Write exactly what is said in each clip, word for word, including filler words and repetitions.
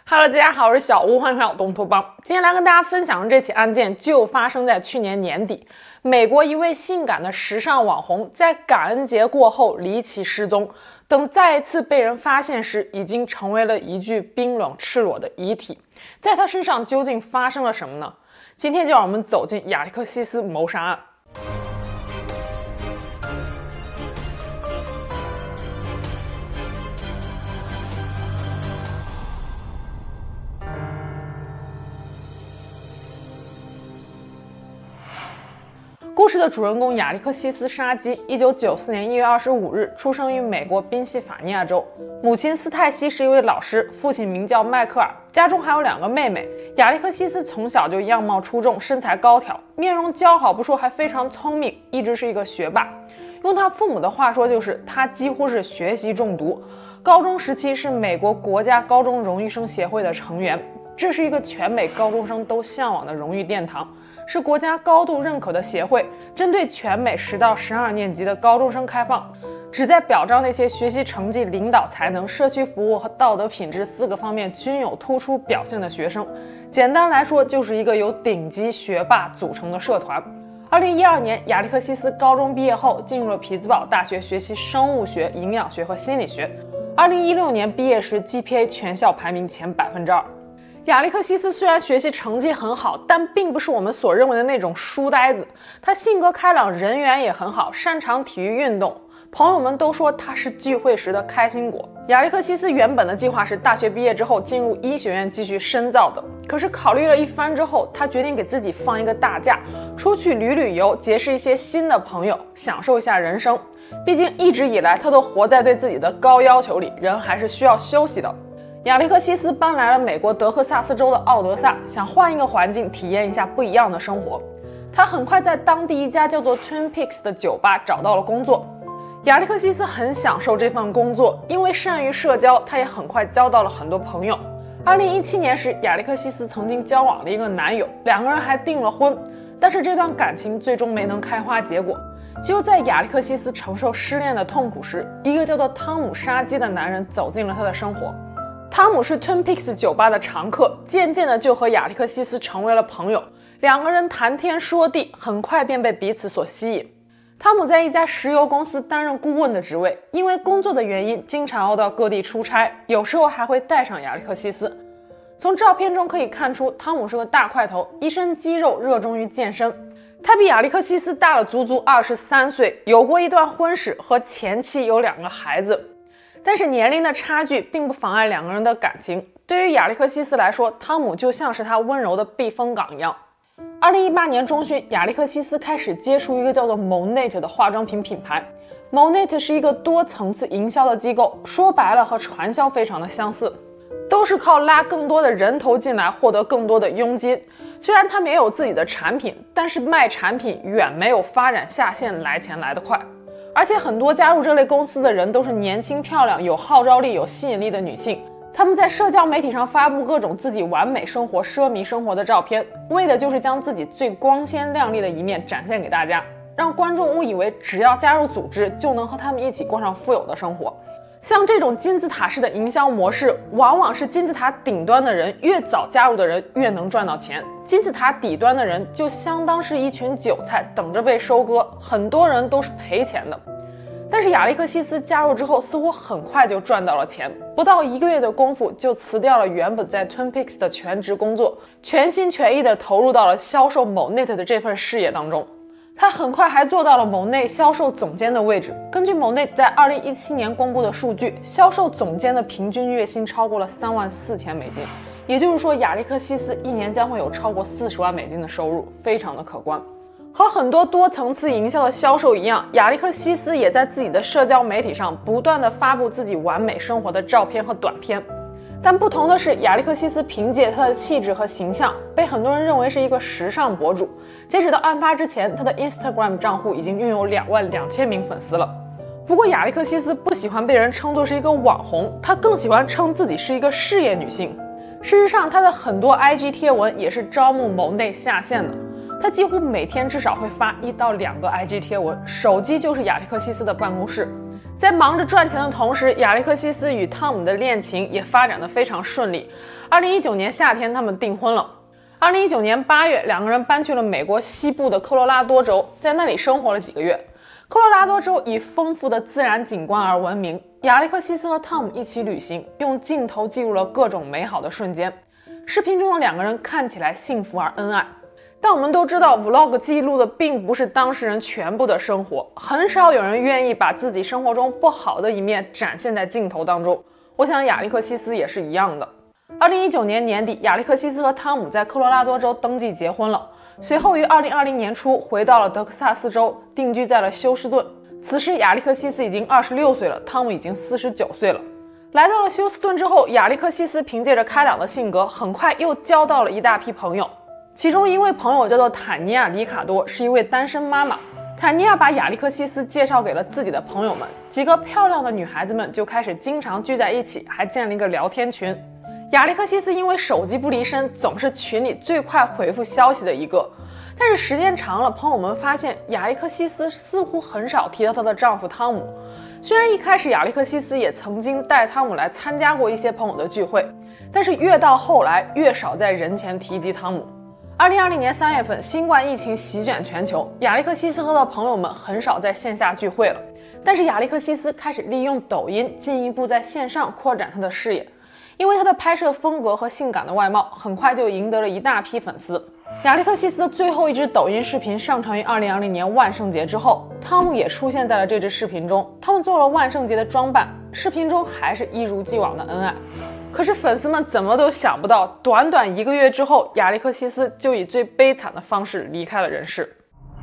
Hello， 大家好，我是小吴，欢迎来到东托邦。今天来跟大家分享的这起案件就发生在去年年底，美国一位性感的时尚网红在感恩节过后离奇失踪，等再一次被人发现时，已经成为了一具冰冷赤裸的遗体。在他身上究竟发生了什么呢？今天就让我们走进亚历克西斯谋杀案。故事的主人公亚历克西斯·沙基，一九九四年一月二十五日出生于美国宾夕法尼亚州。母亲斯泰西是一位老师，父亲名叫迈克尔，家中还有两个妹妹。亚历克西斯从小就样貌出众，身材高挑，面容姣好不说，还非常聪明，一直是一个学霸。用他父母的话说，就是他几乎是学习中毒。高中时期是美国国家高中荣誉生协会的成员，这是一个全美高中生都向往的荣誉殿堂。是国家高度认可的协会，针对全美十到十二年级的高中生开放，旨在表彰那些学习成绩、领导才能、社区服务和道德品质四个方面均有突出表现的学生。简单来说，就是一个由顶级学霸组成的社团。二零一二年，亚历克西斯高中毕业后进入了匹兹堡大学学习生物学、营养学和心理学。二零一六年毕业时 G P A 全校排名前百分之二。亚历克西斯虽然学习成绩很好，但并不是我们所认为的那种书呆子。他性格开朗，人缘也很好，擅长体育运动。朋友们都说他是聚会时的开心果。亚历克西斯原本的计划是大学毕业之后进入医学院继续深造的，可是考虑了一番之后，他决定给自己放一个大假，出去旅旅游，结识一些新的朋友，享受一下人生。毕竟一直以来他都活在对自己的高要求里，人还是需要休息的。亚历克西斯搬来了美国德克萨斯州的奥德萨，想换一个环境，体验一下不一样的生活。他很快在当地一家叫做 Twin Peaks 的酒吧找到了工作。亚历克西斯很享受这份工作，因为善于社交，他也很快交到了很多朋友。二零一七年时，亚历克西斯曾经交往了一个男友，两个人还订了婚，但是这段感情最终没能开花结果。就在亚历克西斯承受失恋的痛苦时，一个叫做汤姆·沙基的男人走进了他的生活。汤姆是 Twin Peaks 酒吧的常客，渐渐的就和亚历克西斯成为了朋友，两个人谈天说地，很快便被彼此所吸引。汤姆在一家石油公司担任顾问的职位，因为工作的原因，经常要到各地出差，有时候还会带上亚历克西斯。从照片中可以看出，汤姆是个大块头，一身肌肉，热衷于健身。他比亚历克西斯大了足足二十三岁，有过一段婚史，和前妻有两个孩子。但是年龄的差距并不妨碍两个人的感情。对于亚历克西斯来说，汤姆就像是他温柔的避风港一样。二零一八年中旬，亚历克西斯开始接触一个叫做 Monat 的化妆品品牌。Monat 是一个多层次营销的机构，说白了和传销非常的相似，都是靠拉更多的人头进来获得更多的佣金。虽然他们也有自己的产品，但是卖产品远没有发展下线来钱来得快。而且很多加入这类公司的人都是年轻漂亮、有号召力、有吸引力的女性，她们在社交媒体上发布各种自己完美生活、奢靡生活的照片，为的就是将自己最光鲜亮丽的一面展现给大家，让观众误以为只要加入组织就能和他们一起过上富有的生活。像这种金字塔式的营销模式，往往是金字塔顶端的人越早加入的人越能赚到钱，金字塔底端的人就相当是一群韭菜，等着被收割，很多人都是赔钱的。但是亚历克西斯加入之后，似乎很快就赚到了钱，不到一个月的功夫就辞掉了原本在 Twin Peaks 的全职工作，全心全意地投入到了销售 Monat 的这份事业当中。他很快还做到了 Monat 销售总监的位置。根据 Monat 在二零一七年公布的数据，销售总监的平均月薪超过了三万四千美金，也就是说亚历克西斯一年将会有超过四十万美金的收入，非常的可观。和很多多层次营销的销售一样，亚历克西斯也在自己的社交媒体上不断地发布自己完美生活的照片和短片。但不同的是，亚历克西斯凭借他的气质和形象，被很多人认为是一个时尚博主。截止到案发之前，他的 Instagram 账户已经拥有两万两千名粉丝了。不过亚历克西斯不喜欢被人称作是一个网红，他更喜欢称自己是一个事业女性。事实上，他的很多 I G 贴文也是招募Monat下线的。他几乎每天至少会发一到两个 I G 贴文，手机就是亚历克西斯的办公室。 在忙着赚钱的同时，亚历克西斯与汤姆的恋情也发展得非常顺利。二零一九年夏天，他们订婚了。二零一九年八月，两个人搬去了美国西部的科罗拉多州，在那里生活了几个月。科罗拉多州以丰富的自然景观而闻名，亚历克西斯和汤姆一起旅行，用镜头记录了各种美好的瞬间。视频中的两个人看起来幸福而恩爱。但我们都知道 vlog 记录的并不是当事人全部的生活，很少有人愿意把自己生活中不好的一面展现在镜头当中。我想亚历克西斯也是一样的。二零一九年年底，亚历克西斯和汤姆在科罗拉多州登记结婚了，随后于二零二零年初回到了德克萨斯州，定居在了休斯顿。此时亚历克西斯已经二十六岁了，汤姆已经四十九岁了。来到了休斯顿之后，亚历克西斯凭借着开朗的性格，很快又交到了一大批朋友。其中一位朋友叫做坦尼亚·里卡多，是一位单身妈妈。坦尼亚把亚历克西斯介绍给了自己的朋友们，几个漂亮的女孩子们就开始经常聚在一起，还建了一个聊天群。亚历克西斯因为手机不离身，总是群里最快回复消息的一个。但是时间长了，朋友们发现亚历克西斯似乎很少提到她的丈夫汤姆。虽然一开始亚历克西斯也曾经带汤姆来参加过一些朋友的聚会，但是越到后来越少在人前提及汤姆。二零二零年三月份，新冠疫情席卷全球，亚历克西斯和他的朋友们很少在线下聚会了。但是亚历克西斯开始利用抖音进一步在线上扩展他的事业，因为他的拍摄风格和性感的外貌，很快就赢得了一大批粉丝。亚历克西斯的最后一支抖音视频上传于二零二零年万圣节之后，汤姆也出现在了这支视频中，他们做了万圣节的装扮，视频中还是一如既往的恩爱。可是粉丝们怎么都想不到，短短一个月之后，亚历克西斯就以最悲惨的方式离开了人世。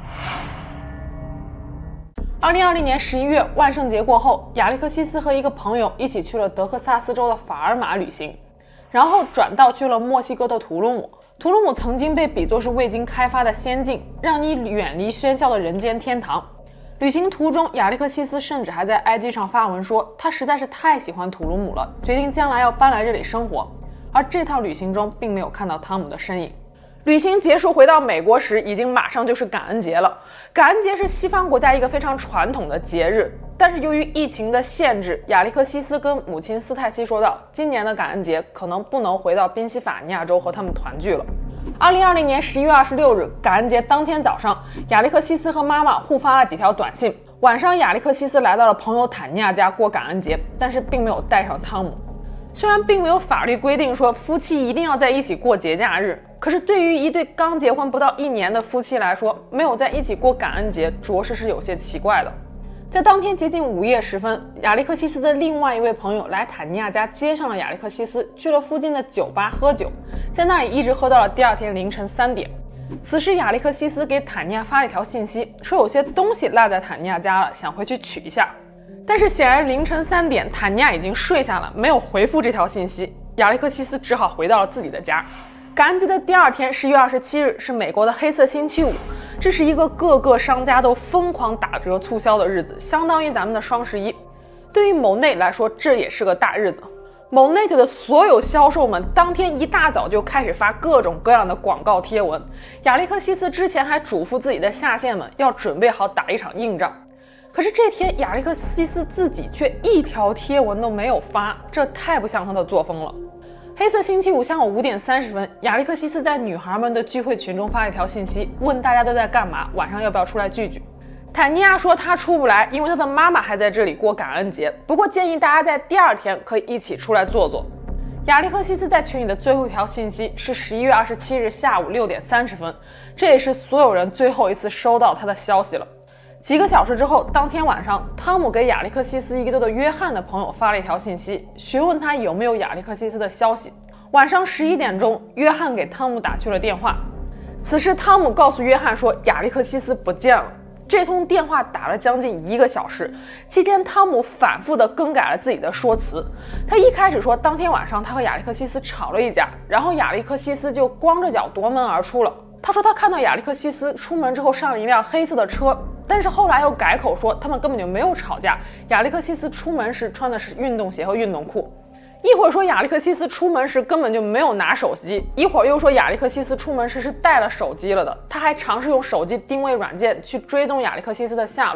二零二零年十一月，万圣节过后，亚历克西斯和一个朋友一起去了德克萨斯州的法尔马旅行，然后转道去了墨西哥的图卢姆。图卢姆曾经被比作是未经开发的仙境，让你远离喧嚣的人间天堂。旅行途中，亚历克西斯甚至还在 I G 上发文说，他实在是太喜欢图卢姆了，决定将来要搬来这里生活。而这趟旅行中并没有看到汤姆的身影。旅行结束回到美国时，已经马上就是感恩节了。感恩节是西方国家一个非常传统的节日，但是由于疫情的限制，亚历克西斯跟母亲斯泰西说道，今年的感恩节可能不能回到宾夕法尼亚州和他们团聚了。二零二零年十一月二十六日，感恩节当天早上，亚历克西斯和妈妈互发了几条短信。晚上，亚历克西斯来到了朋友坦尼亚家过感恩节，但是并没有带上汤姆。虽然并没有法律规定说夫妻一定要在一起过节假日，可是对于一对刚结婚不到一年的夫妻来说，没有在一起过感恩节，着实是有些奇怪的。在当天接近午夜时分，亚历克西斯的另外一位朋友来坦尼亚家接上了亚历克西斯，去了附近的酒吧喝酒，在那里一直喝到了第二天凌晨三点。此时亚历克西斯给坦尼亚发了一条信息，说有些东西落在坦尼亚家了，想回去取一下。但是显然凌晨三点，坦尼亚已经睡下了，没有回复这条信息。亚历克西斯只好回到了自己的家。感恩节的第二天，十一月二十七日是美国的黑色星期五，这是一个各个商家都疯狂打折促销的日子，相当于咱们的双十一。对于某内来说，这也是个大日子。某内的所有销售们当天一大早就开始发各种各样的广告贴文。亚历克西斯之前还嘱咐自己的下线们要准备好打一场硬仗。可是这天亚历克西斯自己却一条贴文都没有发，这太不像他的作风了。黑色星期五下午五点三十分，亚历克西斯在女孩们的聚会群中发了一条信息，问大家都在干嘛，晚上要不要出来聚聚。坦尼亚说他出不来，因为他的妈妈还在这里过感恩节，不过建议大家在第二天可以一起出来坐坐。亚历克西斯在群里的最后一条信息是十一月二十七日下午六点三十分，这也是所有人最后一次收到他的消息了。几个小时之后，当天晚上，汤姆给亚历克西斯一个叫做约翰的朋友发了一条信息，询问他有没有亚历克西斯的消息。晚上十一点钟，约翰给汤姆打去了电话。此时，汤姆告诉约翰说亚历克西斯不见了。这通电话打了将近一个小时，期间汤姆反复地更改了自己的说辞。他一开始说当天晚上他和亚历克西斯吵了一架，然后亚历克西斯就光着脚夺门而出了。他说他看到亚历克西斯出门之后上了一辆黑色的车，但是后来又改口说他们根本就没有吵架，亚历克西斯出门时穿的是运动鞋和运动裤。一会儿说亚历克西斯出门时根本就没有拿手机，一会儿又说亚历克西斯出门时是带了手机了的，他还尝试用手机定位软件去追踪亚历克西斯的下落。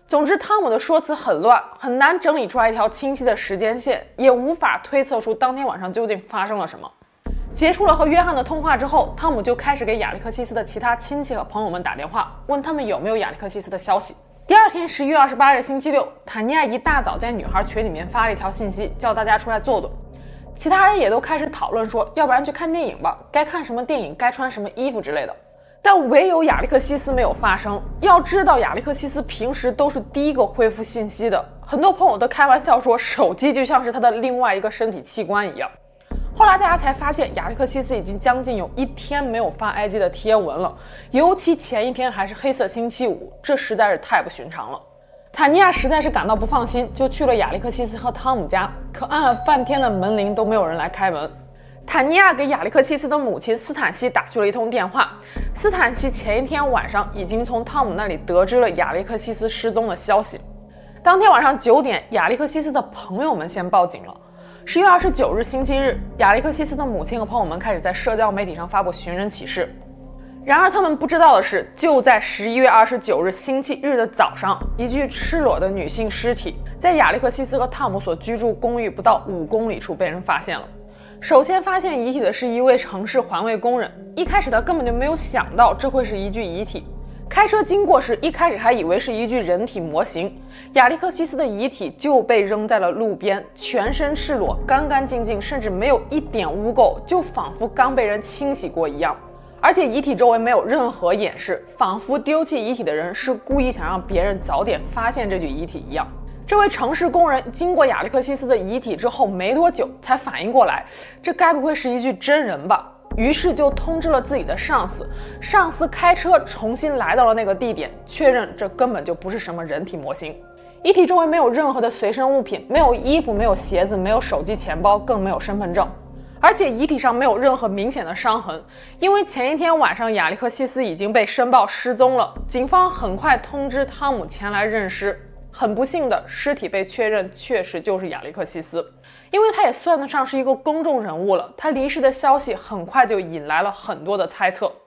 总之，汤姆的说辞很乱，很难整理出来一条清晰的时间线，也无法推测出当天晚上究竟发生了什么。结束了和约翰的通话之后，汤姆就开始给亚历克西斯的其他亲戚和朋友们打电话，问他们有没有亚历克西斯的消息。第二天，十一月二十八日星期六，坦尼亚一大早在女孩群里面发了一条信息，叫大家出来坐坐。其他人也都开始讨论说，要不然去看电影吧，该看什么电影，该穿什么衣服之类的。但唯有亚历克西斯没有发声。要知道，亚历克西斯平时都是第一个回复信息的，很多朋友都开玩笑说，手机就像是他的另外一个身体器官一样。后来大家才发现，亚历克西斯已经将近有一天没有发 I G 的贴文了，尤其前一天还是黑色星期五，这实在是太不寻常了。坦尼亚实在是感到不放心，就去了亚历克西斯和汤姆家，可按了半天的门铃都没有人来开门。坦尼亚给亚历克西斯的母亲斯坦西打去了一通电话，斯坦西前一天晚上已经从汤姆那里得知了亚历克西斯失踪的消息。当天晚上九点，亚历克西斯的朋友们先报警了。十月二十九日星期日，亚历克西斯的母亲和朋友们开始在社交媒体上发布寻人启事。然而他们不知道的是，就在十一月二十九日星期日的早上，一具赤裸的女性尸体在亚历克西斯和汤姆所居住公寓不到五公里处被人发现了。首先发现遗体的是一位城市环卫工人，一开始他根本就没有想到这会是一具遗体。开车经过时，一开始还以为是一具人体模型。亚历克西斯的遗体就被扔在了路边，全身赤裸，干干净净，甚至没有一点污垢，就仿佛刚被人清洗过一样。而且遗体周围没有任何掩饰，仿佛丢弃遗体的人是故意想让别人早点发现这具遗体一样。这位城市工人经过亚历克西斯的遗体之后没多久才反应过来，这该不会是一具真人吧？于是就通知了自己的上司，上司开车重新来到了那个地点，确认这根本就不是什么人体模型。遗体周围没有任何的随身物品，没有衣服，没有鞋子，没有手机、钱包，更没有身份证。而且遗体上没有任何明显的伤痕，因为前一天晚上亚历克西斯已经被申报失踪了。警方很快通知汤姆前来认尸。很不幸的，尸体被确认确实就是亚历克西斯，因为他也算得上是一个公众人物了。他离世的消息很快就引来了很多的猜测。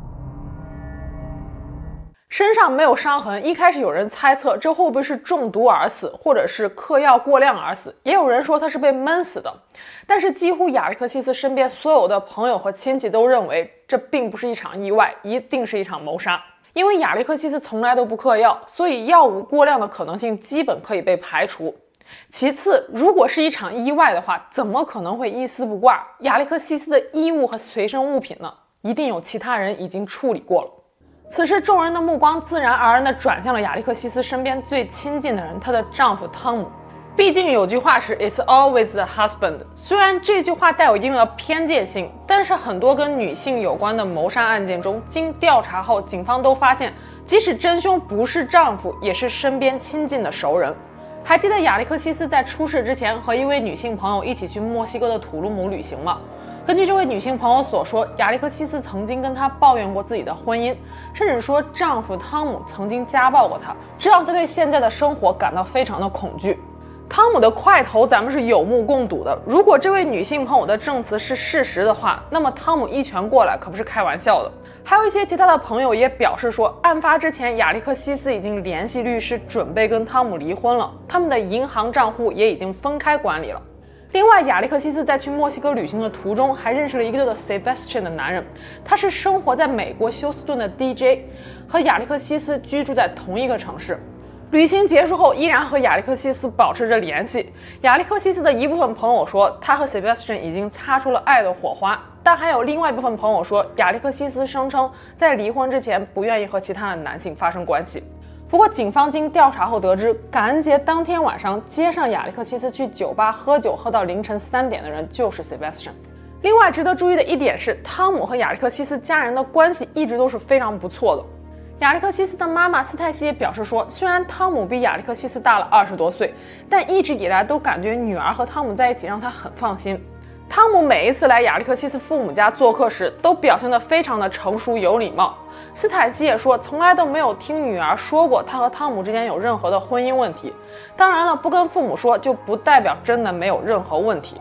身上没有伤痕，一开始有人猜测这会不会是中毒而死，或者是嗑药过量而死，也有人说他是被闷死的。但是几乎亚历克西斯身边所有的朋友和亲戚都认为这并不是一场意外，一定是一场谋杀。因为亚历克西斯从来都不嗑药，所以药物过量的可能性基本可以被排除。其次，如果是一场意外的话，怎么可能会一丝不挂？亚历克西斯的衣物和随身物品呢？一定有其他人已经处理过了。此时众人的目光自然而然地转向了亚历克西斯身边最亲近的人，她的丈夫汤姆。毕竟有句话是 It's always the husband， 虽然这句话带有一定的偏见性，但是很多跟女性有关的谋杀案件中，经调查后，警方都发现，即使真凶不是丈夫，也是身边亲近的熟人。还记得亚历克西斯在出事之前和一位女性朋友一起去墨西哥的土鲁姆旅行吗？根据这位女性朋友所说，亚历克西斯曾经跟她抱怨过自己的婚姻，甚至说丈夫汤姆曾经家暴过她，这让她对现在的生活感到非常的恐惧。汤姆的块头咱们是有目共睹的，如果这位女性朋友的证词是事实的话，那么汤姆一拳过来可不是开玩笑的。还有一些其他的朋友也表示说，案发之前亚历克西斯已经联系律师，准备跟汤姆离婚了，他们的银行账户也已经分开管理了。另外，亚历克西斯在去墨西哥旅行的途中还认识了一个叫做 Sebastian 的男人，他是生活在美国休斯顿的 D J， 和亚历克西斯居住在同一个城市。旅行结束后，依然和亚历克西斯保持着联系。亚历克西斯的一部分朋友说，他和 Sebastian 已经擦出了爱的火花，但还有另外一部分朋友说，亚历克西斯声称在离婚之前不愿意和其他的男性发生关系。不过，警方经调查后得知，感恩节当天晚上接上亚历克西斯去酒吧喝酒喝到凌晨三点的人就是 Sebastian。另外值得注意的一点是，汤姆和亚历克西斯家人的关系一直都是非常不错的。亚历克西斯的妈妈斯泰西也表示说，虽然汤姆比亚历克西斯大了二十多岁，但一直以来都感觉女儿和汤姆在一起让她很放心。汤姆每一次来亚历克西斯父母家做客时，都表现得非常的成熟有礼貌。斯坦西也说，从来都没有听女儿说过她和汤姆之间有任何的婚姻问题。当然了，不跟父母说就不代表真的没有任何问题。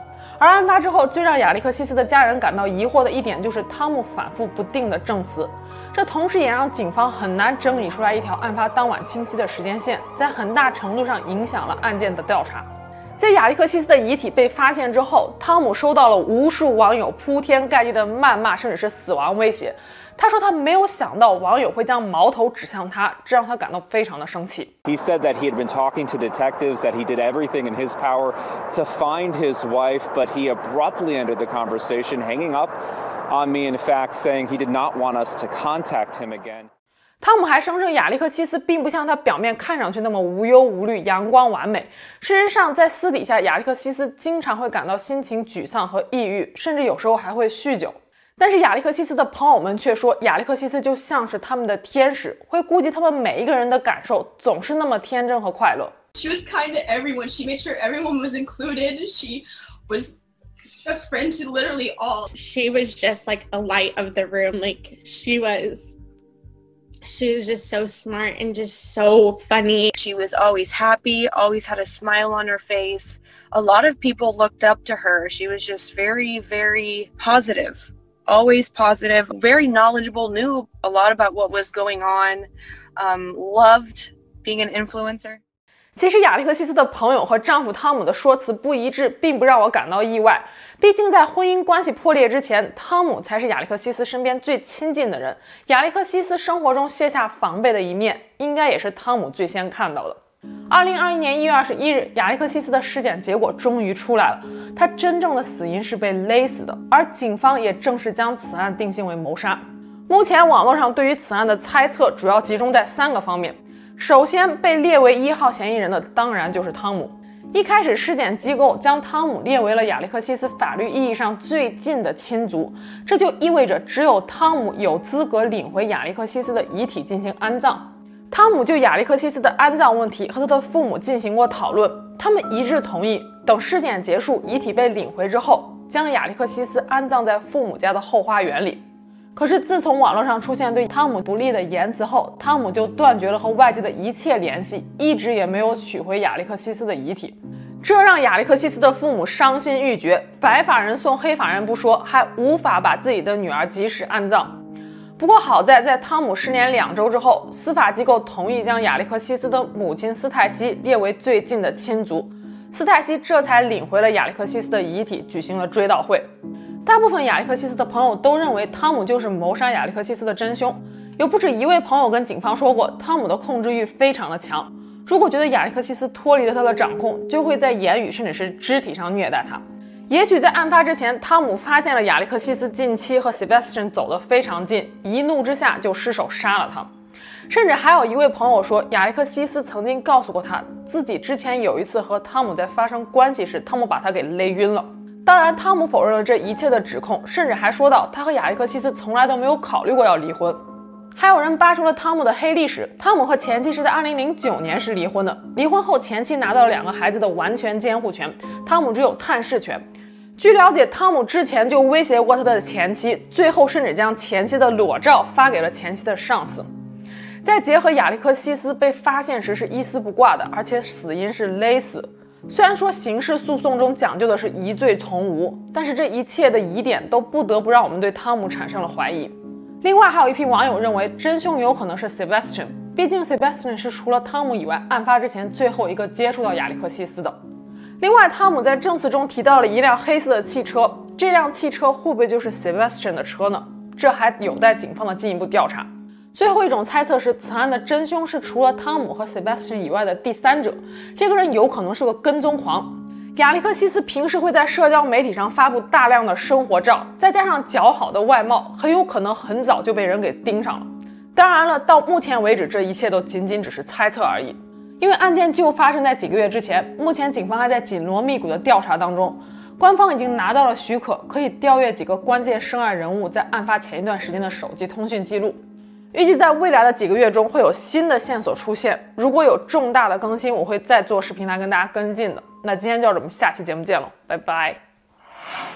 而案发之后，最让亚历克西斯的家人感到疑惑的一点就是汤姆反复不定的证词，这同时也让警方很难整理出来一条案发当晚清晰的时间线，在很大程度上影响了案件的调查。在亚历克西斯的遗体被发现之后，汤姆收到了无数网友铺天盖地的谩骂，甚至是死亡威胁。他说他没有想到网友会将矛头指向他，这让他感到非常的生气。 He said that he had been talking to detectives, that he did everything in his power to find his wife, but he abruptly ended the conversation, hanging up on me, in fact, saying he did not want us to contact him again. 汤姆还声称亚历克西斯并不像他表面看上去那么无忧无虑、阳光完美。事实上，在私底下，亚历克西斯经常会感到心情沮丧和抑郁，甚至有时候还会酗酒。但是亚历克西斯的朋友们却说，亚历克西斯就像是他们的天使，会顾及他们每一个人的感受，总是那么天真和快乐。 She was kind to everyone. She made sure everyone was included. She was a friend to literally all. She was just like the light of the room. Like she was, she was just so smart and just so funny. She was always happy, always had a smile on her face. A lot of people looked up to her. She was just very, very positive, always positive, very knowledgeable, knew a lot about what was going on, um, loved being an influencer. 其实亚历克西斯的朋友和丈夫汤姆的说辞不一致，并不让我感到意外。毕竟在婚姻关系破裂之前，汤姆才是亚历克西斯身边最亲近的人。亚历克西斯生活中卸下防备的一面，应该也是汤姆最先看到的。二零二一年一月二十一日，亚历克西斯的尸检结果终于出来了，他真正的死因是被勒死的，而警方也正式将此案定性为谋杀。目前网络上对于此案的猜测主要集中在三个方面。首先，被列为一号嫌疑人的当然就是汤姆。一开始，尸检机构将汤姆列为了亚历克西斯法律意义上最近的亲族，这就意味着只有汤姆有资格领回亚历克西斯的遗体进行安葬。汤姆就亚历克西斯的安葬问题和他的父母进行过讨论，他们一致同意，等尸检结束，遗体被领回之后，将亚历克西斯安葬在父母家的后花园里。可是自从网络上出现对汤姆不利的言辞后，汤姆就断绝了和外界的一切联系，一直也没有取回亚历克西斯的遗体。这让亚历克西斯的父母伤心欲绝，白发人送黑发人不说，还无法把自己的女儿及时安葬。不过好在，在汤姆失联两周之后，司法机构同意将亚历克西斯的母亲斯泰西列为最近的亲族，斯泰西这才领回了亚历克西斯的遗体，举行了追悼会。大部分亚历克西斯的朋友都认为汤姆就是谋杀亚历克西斯的真凶，有不止一位朋友跟警方说过，汤姆的控制欲非常的强，如果觉得亚历克西斯脱离了他的掌控，就会在言语甚至是肢体上虐待他。也许在案发之前，汤姆发现了亚历克西斯近期和 Sebastian 走得非常近，一怒之下就失手杀了他。甚至还有一位朋友说，亚历克西斯曾经告诉过他，自己之前有一次和汤姆在发生关系时，汤姆把他给勒晕了。当然，汤姆否认了这一切的指控，甚至还说到他和亚历克西斯从来都没有考虑过要离婚。还有人扒出了汤姆的黑历史，汤姆和前妻是在二零零九年时离婚的，离婚后前妻拿到了两个孩子的完全监护权，汤姆只有探视权。据了解，汤姆之前就威胁过他的前妻，最后甚至将前妻的裸照发给了前妻的上司。再结合亚历克西斯被发现时是一丝不挂的，而且死因是勒死。虽然说刑事诉讼中讲究的是疑罪从无，但是这一切的疑点都不得不让我们对汤姆产生了怀疑。另外还有一批网友认为真凶有可能是 Sebastian， 毕竟 Sebastian 是除了汤姆以外案发之前最后一个接触到亚历克西斯的。另外，汤姆在证词中提到了一辆黑色的汽车，这辆汽车会不会就是 Sebastian 的车呢？这还有待警方的进一步调查。最后一种猜测是，此案的真凶是除了汤姆和 Sebastian 以外的第三者，这个人有可能是个跟踪狂。亚历克西斯平时会在社交媒体上发布大量的生活照，再加上姣好的外貌，很有可能很早就被人给盯上了。当然了，到目前为止，这一切都仅仅只是猜测而已，因为案件就发生在几个月之前，目前警方还在紧锣密鼓的调查当中。官方已经拿到了许可，可以调阅几个关键涉案人物在案发前一段时间的手机通讯记录。预计在未来的几个月中会有新的线索出现，如果有重大的更新，我会再做视频来跟大家跟进的。那今天就到这，我们下期节目见了，拜拜。